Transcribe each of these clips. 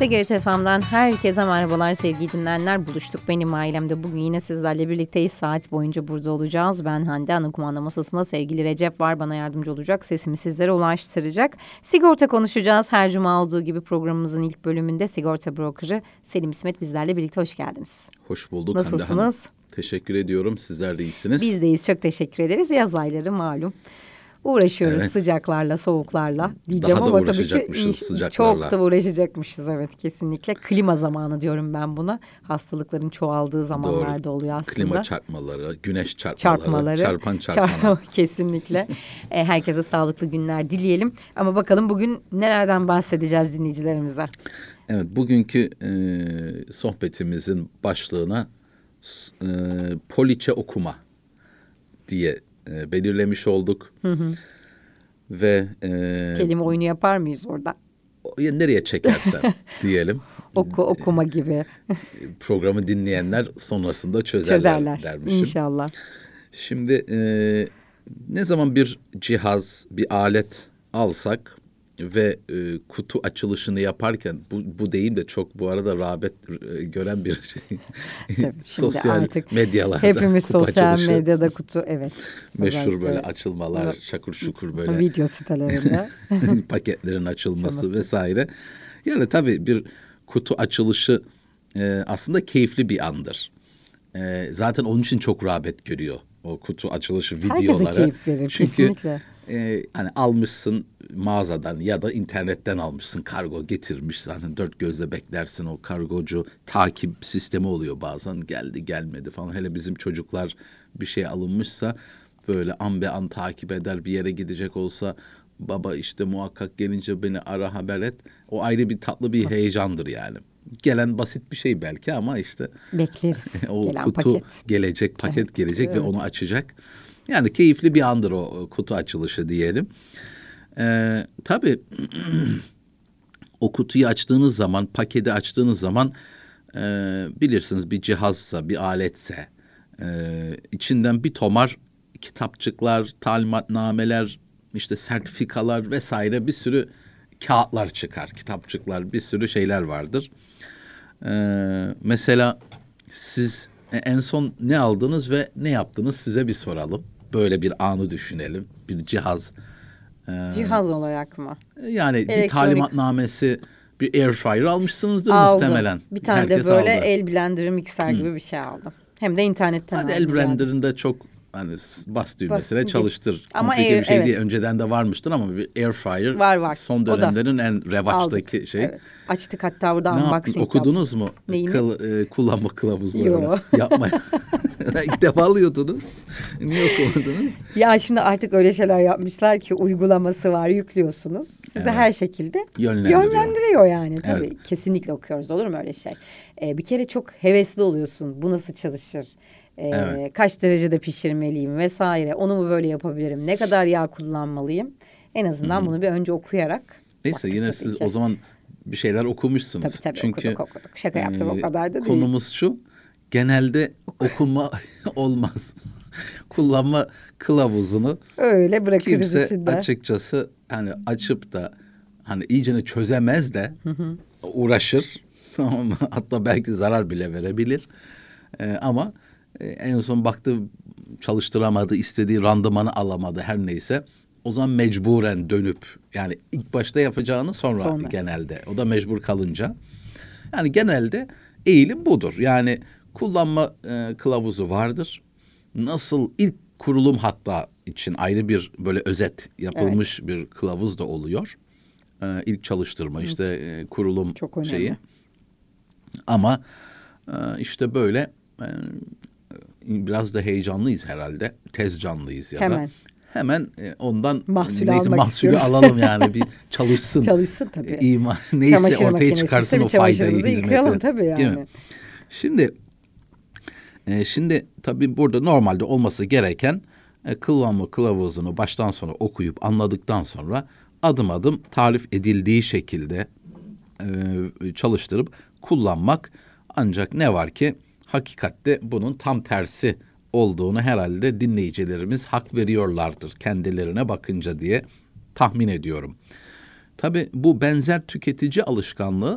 TGRT FM'den herkese merhabalar sevgili dinleyenler. Buluştuk benim ailemde. Bugün yine sizlerle birlikteyiz. Saat boyunca burada olacağız. Ben Hande, ana kumanda masasında sevgili Recep var. Bana yardımcı olacak. Sesimi sizlere ulaştıracak. Sigorta konuşacağız. Her cuma olduğu gibi programımızın ilk bölümünde sigorta brokeri Selim İsmet bizlerle birlikte. Hoş geldiniz. Hoş bulduk. Nasılsınız? Hande Hanım. Teşekkür ediyorum. Sizler de iyisiniz. Biz deyiz. Çok teşekkür ederiz. Yaz ayları malum. Uğraşıyoruz Evet. sıcaklarla, soğuklarla diyeceğim Daha da ama tabii ki uğraşacakmışız sıcaklarla. çok da uğraşacakmışız, evet, kesinlikle. Klima zamanı diyorum ben buna. Hastalıkların çoğaldığı zamanlarda Doğru. oluyor aslında. Klima çarpmaları, güneş çarpmaları. Kesinlikle. Herkese sağlıklı günler dileyelim. Ama bakalım bugün nelerden bahsedeceğiz dinleyicilerimize. Evet, bugünkü sohbetimizin başlığına poliçe okuma diye belirlemiş olduk. Ve kelime oyunu yapar mıyız orada? Nereye çekersen diyelim. Okuma gibi. Programı dinleyenler sonrasında çözerler dermişim. İnşallah. Şimdi ne zaman bir cihaz, bir alet alsak ve kutu açılışını yaparken bu deyim de çok bu arada rağbet gören bir şey. Tabii, sosyal artık medyalarda. hepimiz sosyal medyada kutu, evet. Meşhur özellikle böyle açılmalar, şakur şukur böyle. Video sitelerinde. Paketlerin açılması vesaire. Yani tabii bir kutu açılışı aslında keyifli bir andır. Zaten onun için çok rağbet görüyor o kutu açılışı videoları. Herkese keyif verir, çünkü, kesinlikle. Hani almışsın mağazadan ya da internetten almışsın, kargo getirmiş, zaten dört gözle beklersin, o kargocu takip sistemi oluyor bazen, geldi gelmedi falan. Hele bizim çocuklar bir şey alınmışsa böyle an be an takip eder, bir yere gidecek olsa baba işte muhakkak gelince beni ara, haber et. O ayrı bir tatlı bir heyecandır yani. Gelen basit bir şey belki ama işte bekleriz. o gelen kutu paket gelecek, paket evet, gelecek evet. Ve onu açacak. Yani keyifli bir andır o kutu açılışı diyelim. Tabii o kutuyu açtığınız zaman, paketi açtığınız zaman bilirsiniz bir cihazsa, bir aletse içinden bir tomar kitapçıklar, talimatnameler, işte sertifikalar vesaire bir sürü kağıtlar çıkar, kitapçıklar, bir sürü şeyler vardır. Mesela siz en son ne aldınız ve ne yaptınız, size bir soralım. Böyle bir anı düşünelim. Bir cihaz. Cihaz olarak mı? Yani Elektronik. Bir talimatnamesi, bir air fryer almışsınızdır aldım. Muhtemelen. Bir tane Herkes de böyle aldı. el blender mikser gibi bir şey aldım. Hem de internetten Hadi aldım. el blenderında çok hani bas düğmesine Basit çalıştır. Ama Komplike bir şey evet. değil. Önceden de varmıştır ama bir air fryer var. son dönemlerin en revaçtaki aldık. şey. Evet. Açtık hatta burada Ne unboxing yaptın? Okudunuz mu? Kullanma kılavuzlarını. Yo. Yapmayın. İlk defa alıyordunuz. Niye okumadınız? Ya şimdi artık öyle şeyler yapmışlar ki uygulaması var, yüklüyorsunuz. Size her şekilde yönlendiriyor yani. Tabii Evet. kesinlikle okuyoruz, olur mu öyle şey? Bir kere çok hevesli oluyorsun. Bu nasıl çalışır? Evet. Kaç derecede pişirmeliyim vesaire. Onu mu böyle yapabilirim? Ne kadar yağ kullanmalıyım? En azından bunu bir önce okuyarak. Neyse yine siz o zaman bir şeyler okumuşsunuz. Tabii Çünkü okuduk. Şaka yaptım, o kadar da değil. Konumuz şu. Genelde okuma olmaz. Kullanma kılavuzunu öyle bırakırız kimse içinde. açıkçası hani açıp da hani iyicene çözemez de uğraşır. Hatta belki zarar bile verebilir. Ama en son baktı çalıştıramadı, istediği randımanı alamadı, her neyse. O zaman mecburen dönüp, yani ilk başta yapacağını sonra genelde. O da mecbur kalınca. Yani genelde eğilim budur. Yani kullanma kılavuzu vardır. Nasıl ilk kurulum hatta için ayrı bir böyle özet yapılmış bir kılavuz da oluyor. İlk çalıştırma işte kurulum çok şeyi. önemli. Ama işte böyle biraz da heyecanlıyız herhalde. Tez canlıyız ya da. Hemen ondan mahsulü alalım yani, bir çalışsın. Çalışsın tabii. Neyse çamaşır ortaya çıkarsın o faydayı, hizmeti. Yıkayalım tabii yani. Şimdi tabii burada normalde olması gereken kullanma kılavuzunu baştan sona okuyup anladıktan sonra adım adım tarif edildiği şekilde çalıştırıp kullanmak. Ancak ne var ki hakikatte bunun tam tersi olduğunu herhalde dinleyicilerimiz hak veriyorlardır kendilerine bakınca diye tahmin ediyorum. Tabii bu benzer tüketici alışkanlığı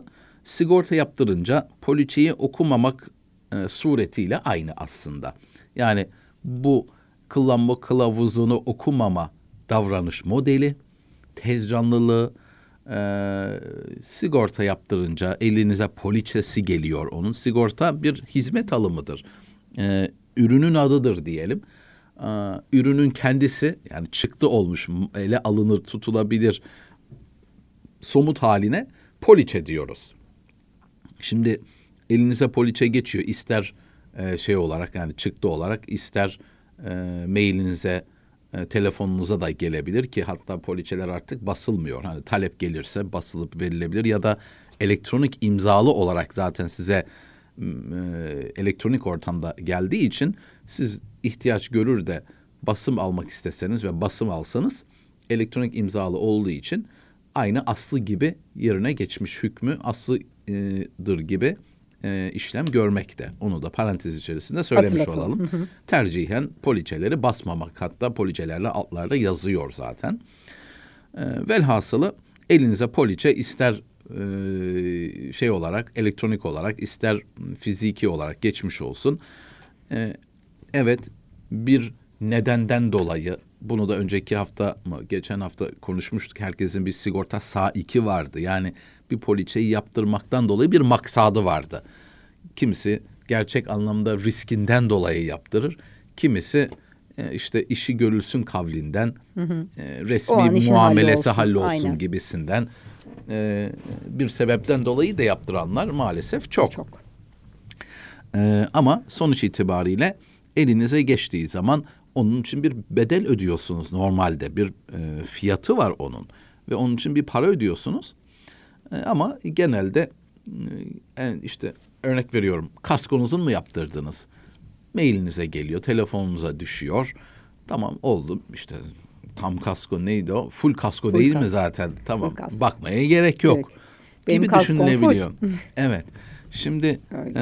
sigorta yaptırınca poliçeyi okumamak suretiyle aynı aslında. Yani bu kullanma kılavuzunu okumama davranış modeli, tez canlılığı, sigorta yaptırınca elinize poliçesi geliyor onun. Sigorta bir hizmet alımıdır. Ürünün adıdır diyelim. Ürünün kendisi, yani çıktı olmuş, ele alınır, tutulabilir somut haline poliçe diyoruz. Şimdi elinize poliçe geçiyor. İster şey olarak, yani çıktı olarak, ister mailinize, telefonunuza da gelebilir ki hatta poliçeler artık basılmıyor. Hani talep gelirse basılıp verilebilir ya da elektronik imzalı olarak zaten size elektronik ortamda geldiği için siz ihtiyaç görür de basım almak isteseniz ve basım alsanız elektronik imzalı olduğu için aynı aslı gibi yerine geçmiş, hükmü aslıdır gibi işlem görmekte. Onu da parantez içerisinde söylemiş olalım. Tercihen poliçeleri basmamak, hatta poliçelerle altlarda yazıyor zaten. Velhasılı elinize poliçe ister şey olarak, elektronik olarak, ister fiziki olarak geçmiş olsun. Evet, bir nedenden dolayı, bunu da önceki hafta mı, geçen hafta konuşmuştuk. Herkesin bir sigorta saiki vardı. Yani bir poliçeyi yaptırmaktan dolayı bir maksadı vardı. Kimisi gerçek anlamda riskinden dolayı yaptırır. Kimisi işte işi görülsün kavlinden, resmi muamelesi hallolsun gibisinden bir sebepten dolayı da yaptıranlar maalesef çok. Ama sonuç itibariyle elinize geçtiği zaman onun için bir bedel ödüyorsunuz normalde. Bir fiyatı var onun ve onun için bir para ödüyorsunuz. Ama genelde işte örnek veriyorum, kaskonuzun mu yaptırdınız? Mailinize geliyor, telefonunuza düşüyor. Tamam, oldu işte, tam kasko neydi o? Full kasko değil mi zaten? Tamam, bakmaya gerek yok. Benim gibi düşünülebiliyor. Evet. Şimdi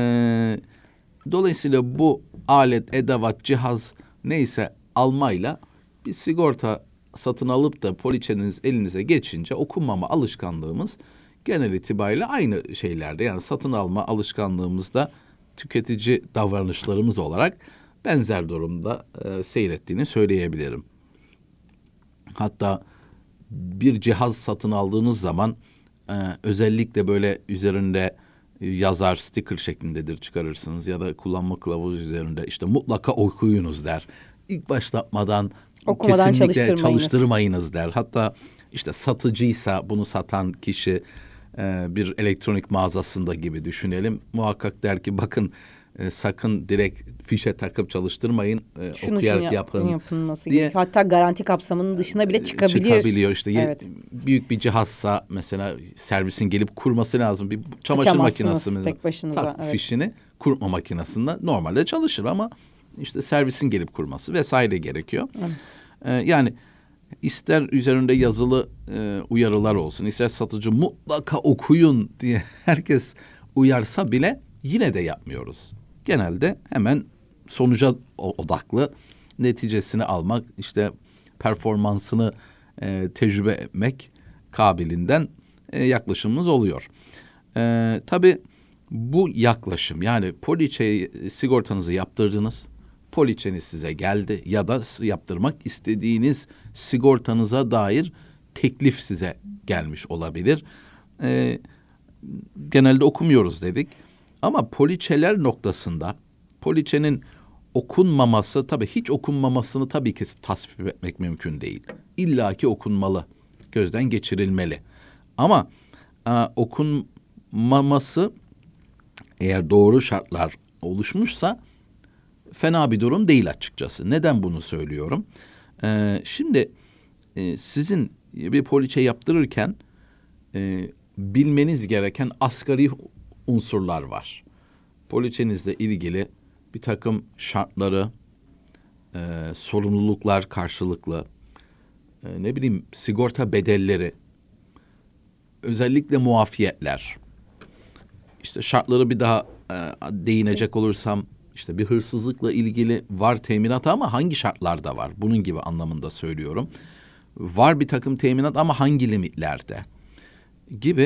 dolayısıyla bu alet, edevat, cihaz neyse almayla bir sigorta satın alıp da poliçeniz elinize geçince okunmama alışkanlığımız genel itibariyle aynı şeylerde. Yani satın alma alışkanlığımızda tüketici davranışlarımız olarak benzer durumda seyrettiğini söyleyebilirim. Hatta bir cihaz satın aldığınız zaman özellikle böyle üzerinde yazar, sticker şeklindedir, çıkarırsınız ya da kullanma kılavuzu üzerinde işte mutlaka okuyunuz der. İlk başlatmadan kesinlikle çalıştırmayınız der. Hatta işte satıcıysa, bunu satan kişi bir elektronik mağazasında gibi düşünelim. Muhakkak der ki bakın sakın direkt fişe takıp çalıştırmayın. Okuyarak yapılması diye. Gerekiyor. Hatta garanti kapsamının dışına bile çıkabiliyor. İşte evet. Büyük bir cihazsa mesela servisin gelip kurması lazım. Bir çamaşır makinesi tek başınıza. Evet. Fişini kurutma makinesinde normalde çalışır ama işte servisin gelip kurması vesaire gerekiyor. Evet. Yani ister üzerinde yazılı uyarılar olsun, ister satıcı mutlaka okuyun diye herkes uyarsa bile yine de yapmıyoruz. Genelde hemen sonuca odaklı, neticesini almak, işte performansını tecrübe etmek kabiliğinden yaklaşımımız oluyor. Tabii bu yaklaşım, yani poliçeyi, sigortanızı yaptırdınız, poliçeniz size geldi ya da yaptırmak istediğiniz sigortanıza dair teklif size gelmiş olabilir. Genelde okumuyoruz dedik. Ama poliçeler noktasında poliçenin okunmaması, tabii hiç okunmamasını tabii ki tasvip etmek mümkün değil. İlla ki okunmalı, gözden geçirilmeli. Ama okunmaması eğer doğru şartlar oluşmuşsa fena bir durum değil açıkçası. Neden bunu söylüyorum? Şimdi sizin bir poliçe yaptırırken bilmeniz gereken asgari unsurlar var. Poliçenizle ilgili bir takım şartları, sorumluluklar karşılıklı, sigorta bedelleri, özellikle muafiyetler. İşte şartları bir daha değinecek olursam, işte bir hırsızlıkla ilgili var teminat ama hangi şartlarda var? Bunun gibi anlamında söylüyorum. Var bir takım teminat ama hangi limitlerde? Gibi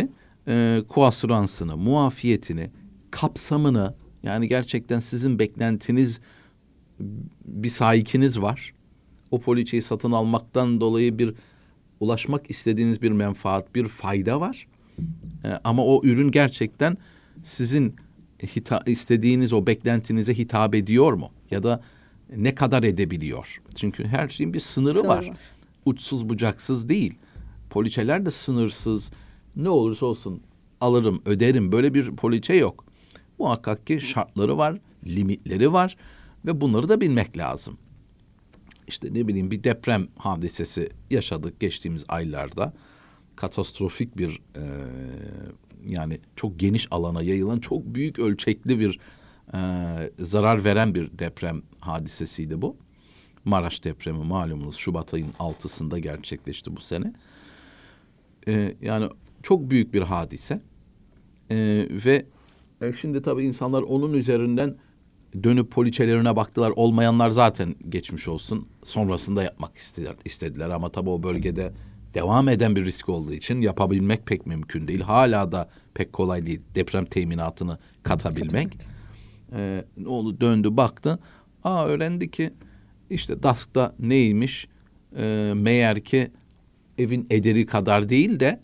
kuasuransını, muafiyetini, kapsamını, yani gerçekten sizin beklentiniz, bir sahikiniz var. O poliçeyi satın almaktan dolayı ulaşmak istediğiniz bir menfaat, bir fayda var. Ama o ürün gerçekten sizin istediğiniz o beklentinize hitap ediyor mu? Ya da ne kadar edebiliyor? Çünkü her şeyin bir sınırı var. Uçsuz bucaksız değil. Poliçeler de sınırsız. Ne olursa olsun alırım, öderim. Böyle bir poliçe yok. Muhakkak ki şartları var, limitleri var ve bunları da bilmek lazım. İşte ne bileyim, bir deprem hadisesi yaşadık geçtiğimiz aylarda. Katastrofik bir yani çok geniş alana yayılan, çok büyük ölçekli bir zarar veren bir deprem hadisesiydi bu. Maraş depremi malumunuz Şubat ayının 6'sında gerçekleşti bu sene. Yani çok büyük bir hadise. Ve şimdi tabii insanlar onun üzerinden dönüp poliçelerine baktılar. Olmayanlar zaten geçmiş olsun. Sonrasında yapmak istediler. Ama tabii o bölgede devam eden bir risk olduğu için yapabilmek pek mümkün değil. Hala da pek kolay değil deprem teminatını katabilmek. Ne oldu? Döndü baktı. Öğrendi ki işte DASK'ta neymiş? Meğer ki evin ederi kadar değil de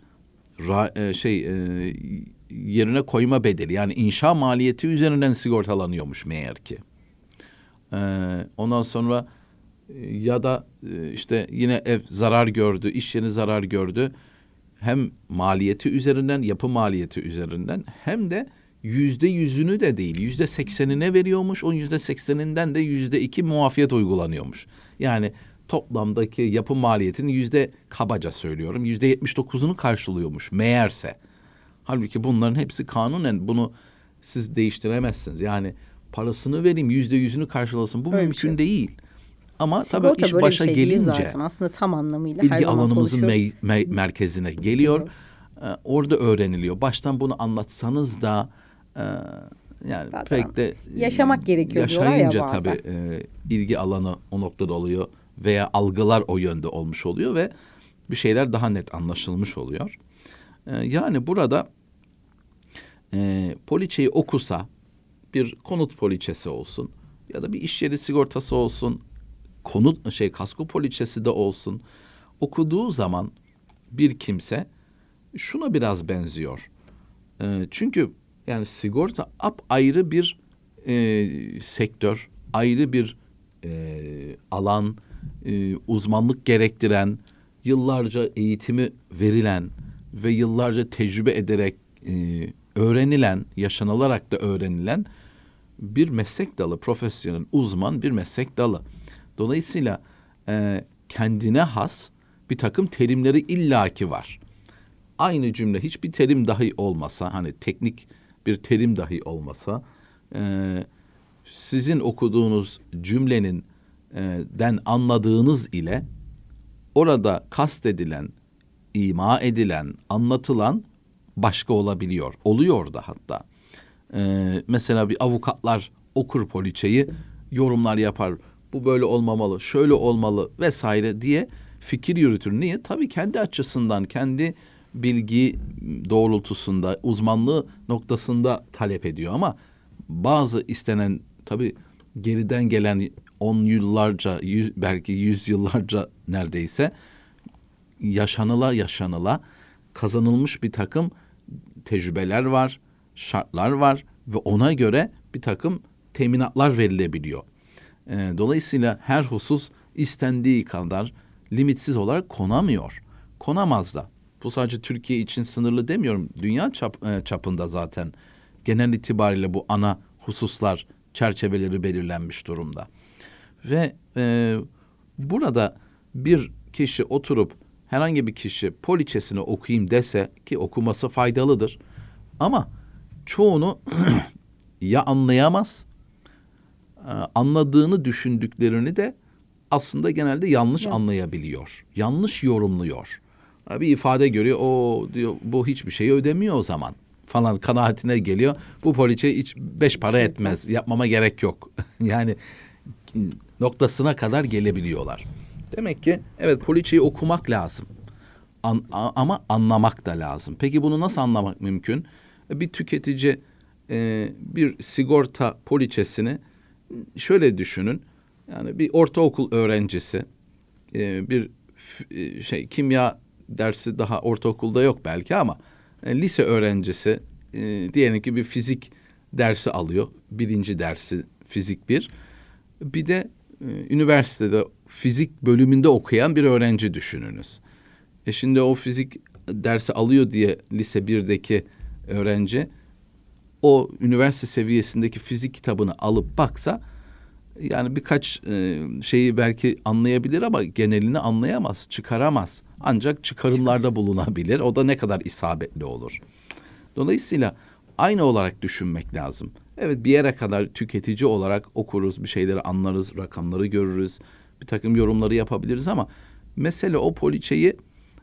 yerine koyma bedeli, yani inşa maliyeti üzerinden sigortalanıyormuş meğer ki. Ondan sonra ya da işte yine ev zarar gördü, iş yeri zarar gördü. Hem maliyeti üzerinden, yapı maliyeti üzerinden, hem de %100'ünü de değil, %80'ine veriyormuş. O %80'inden de %2 muafiyet uygulanıyormuş. Yani toplamdaki yapı maliyetinin kabaca söylüyorum, %79'unu karşılıyormuş meğerse. Halbuki bunların hepsi kanunen, bunu siz değiştiremezsiniz. Yani parasını vereyim, %100'ünü karşılasın. Bu öyle mümkün değil. Ama sigorta tabii iş başa şey gelince zaten aslında tam anlamıyla ilgi her zaman alanımızın merkezine geliyor. Orada öğreniliyor. Baştan bunu anlatsanız da yani zaten pek de yaşamak gerekiyor diyorlar ya bazen. Tabii ilgi alanı o noktada oluyor veya algılar o yönde olmuş oluyor ve bir şeyler daha net anlaşılmış oluyor. Yani burada poliçeyi okusa, bir konut poliçesi olsun ya da bir iş yeri sigortası olsun, kasko poliçesi de olsun, okuduğu zaman bir kimse şuna biraz benziyor. Çünkü yani sigorta ayrı bir sektör, ayrı bir alan, uzmanlık gerektiren, yıllarca eğitimi verilen ve yıllarca tecrübe ederek öğrenilen, yaşanılarak da öğrenilen bir meslek dalı, profesyonel, uzman bir meslek dalı. Dolayısıyla kendine has bir takım terimleri illaki var. Aynı cümle hiçbir terim dahi olmasa, hani teknik bir terim dahi olmasa, sizin okuduğunuz cümlenin den anladığınız ile orada kastedilen, ima edilen, anlatılan başka olabiliyor. Oluyor da hatta. Mesela bir avukatlar okur poliçeyi, yorumlar yapar. Bu böyle olmamalı, şöyle olmalı vesaire diye fikir yürütür. Niye? Tabii kendi açısından, kendi bilgi doğrultusunda, uzmanlığı noktasında talep ediyor. Ama bazı istenen, tabii geriden gelen 10 yıllarca, belki 100 yıllarca neredeyse yaşanıla kazanılmış bir takım tecrübeler var, şartlar var ve ona göre bir takım teminatlar verilebiliyor. Dolayısıyla her husus istendiği kadar limitsiz olarak konamıyor. Konamaz da. Bu sadece Türkiye için sınırlı demiyorum. Dünya çapında zaten genel itibariyle bu ana hususlar, çerçeveleri belirlenmiş durumda. Ve burada bir kişi oturup, herhangi bir kişi poliçesini okuyayım dese, ki okuması faydalıdır, ama çoğunu ya anlayamaz, anladığını düşündüklerini de aslında genelde yanlış anlayabiliyor. Yanlış yorumluyor. Bir ifade görüyor, o diyor bu hiçbir şeyi ödemiyor o zaman falan kanaatine geliyor. Bu poliçe hiç 5 para etmez, yapmama gerek yok. Yani noktasına kadar gelebiliyorlar. Demek ki evet, poliçeyi okumak lazım. ama anlamak da lazım. Peki bunu nasıl anlamak mümkün? Bir tüketici bir sigorta poliçesini şöyle düşünün. Yani bir ortaokul öğrencisi bir kimya dersi daha ortaokulda yok belki ama lise öğrencisi diyelim ki bir fizik dersi alıyor. Birinci dersi fizik 1. Bir de üniversitede fizik bölümünde okuyan bir öğrenci düşününüz. Şimdi o fizik dersi alıyor diye lise 1'deki öğrenci o üniversite seviyesindeki fizik kitabını alıp baksa yani birkaç şeyi belki anlayabilir ama genelini anlayamaz, çıkaramaz. Ancak çıkarımlarda bulunabilir. O da ne kadar isabetli olur. Dolayısıyla aynı olarak düşünmek lazım. Evet, bir yere kadar tüketici olarak okuruz, bir şeyleri anlarız, rakamları görürüz, bir takım yorumları yapabiliriz ama mesele o poliçeyi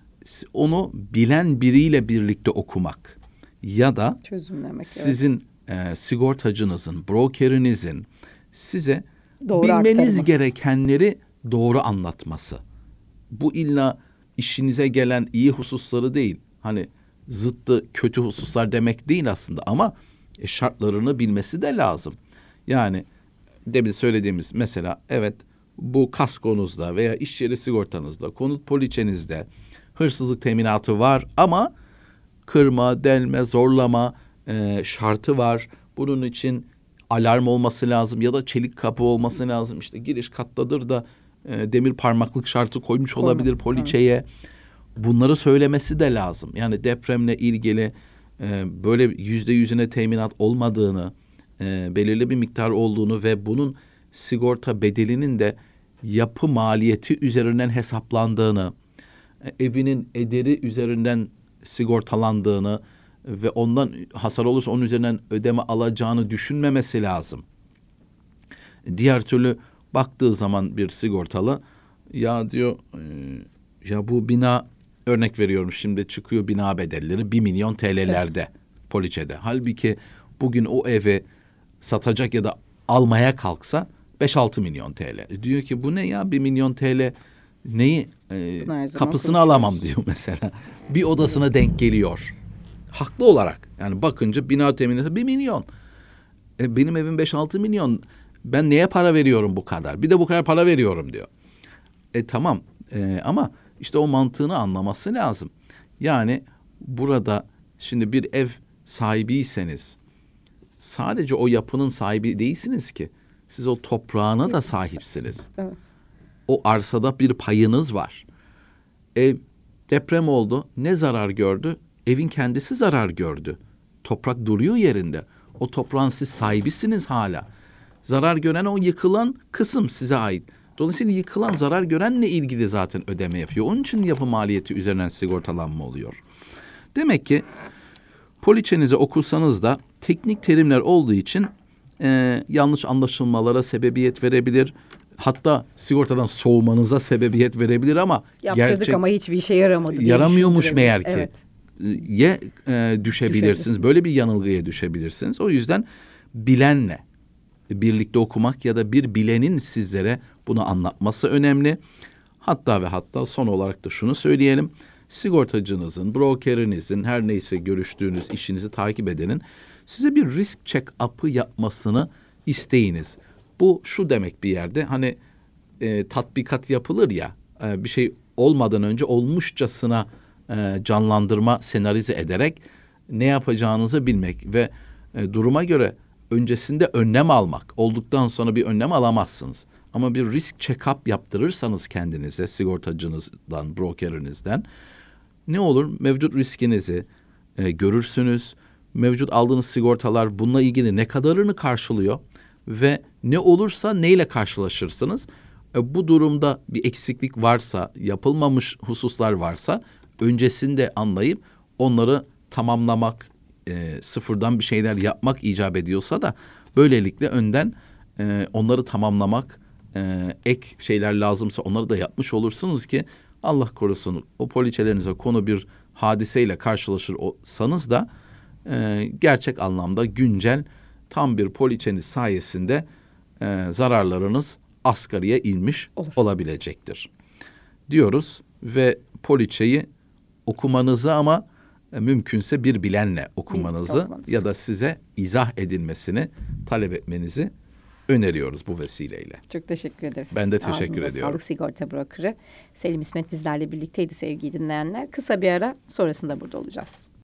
onu bilen biriyle birlikte okumak ya da çözümlemek, sizin sigortacınızın, brokerinizin size doğru bilmeniz aktarımı gerekenleri doğru anlatması. Bu illa işinize gelen iyi hususları değil. Hani zıttı kötü hususlar demek değil aslında ama şartlarını bilmesi de lazım. Yani demin söylediğimiz mesela evet bu kaskonuzda veya iş yeri sigortanızda, konut poliçenizde hırsızlık teminatı var ama kırma, delme, zorlama şartı var. Bunun için alarm olması lazım ya da çelik kapı olması lazım. İşte giriş kattadır da demir parmaklık şartı koymuş olabilir poliçeye. Evet. Bunları söylemesi de lazım. Yani depremle ilgili böyle %100'üne teminat olmadığını, belirli bir miktar olduğunu ve bunun sigorta bedelinin de yapı maliyeti üzerinden hesaplandığını, evinin ederi üzerinden sigortalandığını ve ondan hasar olursa onun üzerinden ödeme alacağını düşünmemesi lazım. Diğer türlü baktığı zaman bir sigortalı ya diyor ya bu bina örnek veriyorum şimdi çıkıyor bina bedelleri 1 milyon TL'lerde poliçede. Halbuki bugün o evi satacak ya da almaya kalksa 5-6 milyon TL. Diyor ki bu ne ya 1 milyon TL neyi kapısını alamam diyor mesela. Bir odasına denk geliyor. Haklı olarak yani bakınca bina teminatı 1 milyon. Benim evim 5-6 milyon. Ben neye para veriyorum bu kadar? Bir de bu kadar para veriyorum diyor. Tamam ama işte o mantığını anlaması lazım. Yani burada şimdi bir ev sahibiyseniz sadece o yapının sahibi değilsiniz ki. Siz o toprağına da sahipsiniz. Evet. O arsada bir payınız var. Ev deprem oldu. Ne zarar gördü? Evin kendisi zarar gördü. Toprak duruyor yerinde. O toprağın siz sahibisiniz hala. Zarar gören o yıkılan kısım size ait. Dolayısıyla yıkılan zarar görenle ilgili zaten ödeme yapıyor. Onun için yapı maliyeti üzerinden sigortalanma oluyor. Demek ki poliçenizi okursanız da teknik terimler olduğu için yanlış anlaşılmalara sebebiyet verebilir. Hatta sigortadan soğumanıza sebebiyet verebilir ama yaptırdık ama hiçbir işe yaramadı. Yaramıyormuş meğer ki. Evet. Düşebilirsiniz. Böyle bir yanılgıya düşebilirsiniz. O yüzden bilenle birlikte okumak ya da bir bilenin sizlere bunu anlatması önemli. Hatta ve hatta son olarak da şunu söyleyelim. Sigortacınızın, brokerinizin, her neyse görüştüğünüz işinizi takip edenin size bir risk check-up'ı yapmasını isteyiniz. Bu şu demek bir yerde hani tatbikat yapılır ya bir şey olmadan önce olmuşçasına canlandırma, senarize ederek ne yapacağınızı bilmek ve duruma göre öncesinde önlem almak. Olduktan sonra bir önlem alamazsınız. Ama bir risk check-up yaptırırsanız kendinize sigortacınızdan, brokerinizden ne olur? Mevcut riskinizi görürsünüz. Mevcut aldığınız sigortalar bununla ilgili ne kadarını karşılıyor ve ne olursa neyle karşılaşırsınız? Bu durumda bir eksiklik varsa, yapılmamış hususlar varsa öncesinde anlayıp onları tamamlamak, sıfırdan bir şeyler yapmak icap ediyorsa da böylelikle önden onları tamamlamak, ek şeyler lazımsa onları da yapmış olursunuz ki Allah korusun o poliçelerinize konu bir hadiseyle karşılaşır olsanız da gerçek anlamda güncel tam bir poliçeniz sayesinde zararlarınız asgariye inmiş olabilecektir diyoruz ve poliçeyi okumanızı ama mümkünse bir bilenle okumanızı ya da size izah edilmesini talep etmenizi öneriyoruz bu vesileyle. Çok teşekkür ederiz. Ben de teşekkür Ağzınıza ediyorum. Sağlık sigorta brokerı Selim İsmet bizlerle birlikteydi sevgili dinleyenler. Kısa bir ara sonrasında burada olacağız.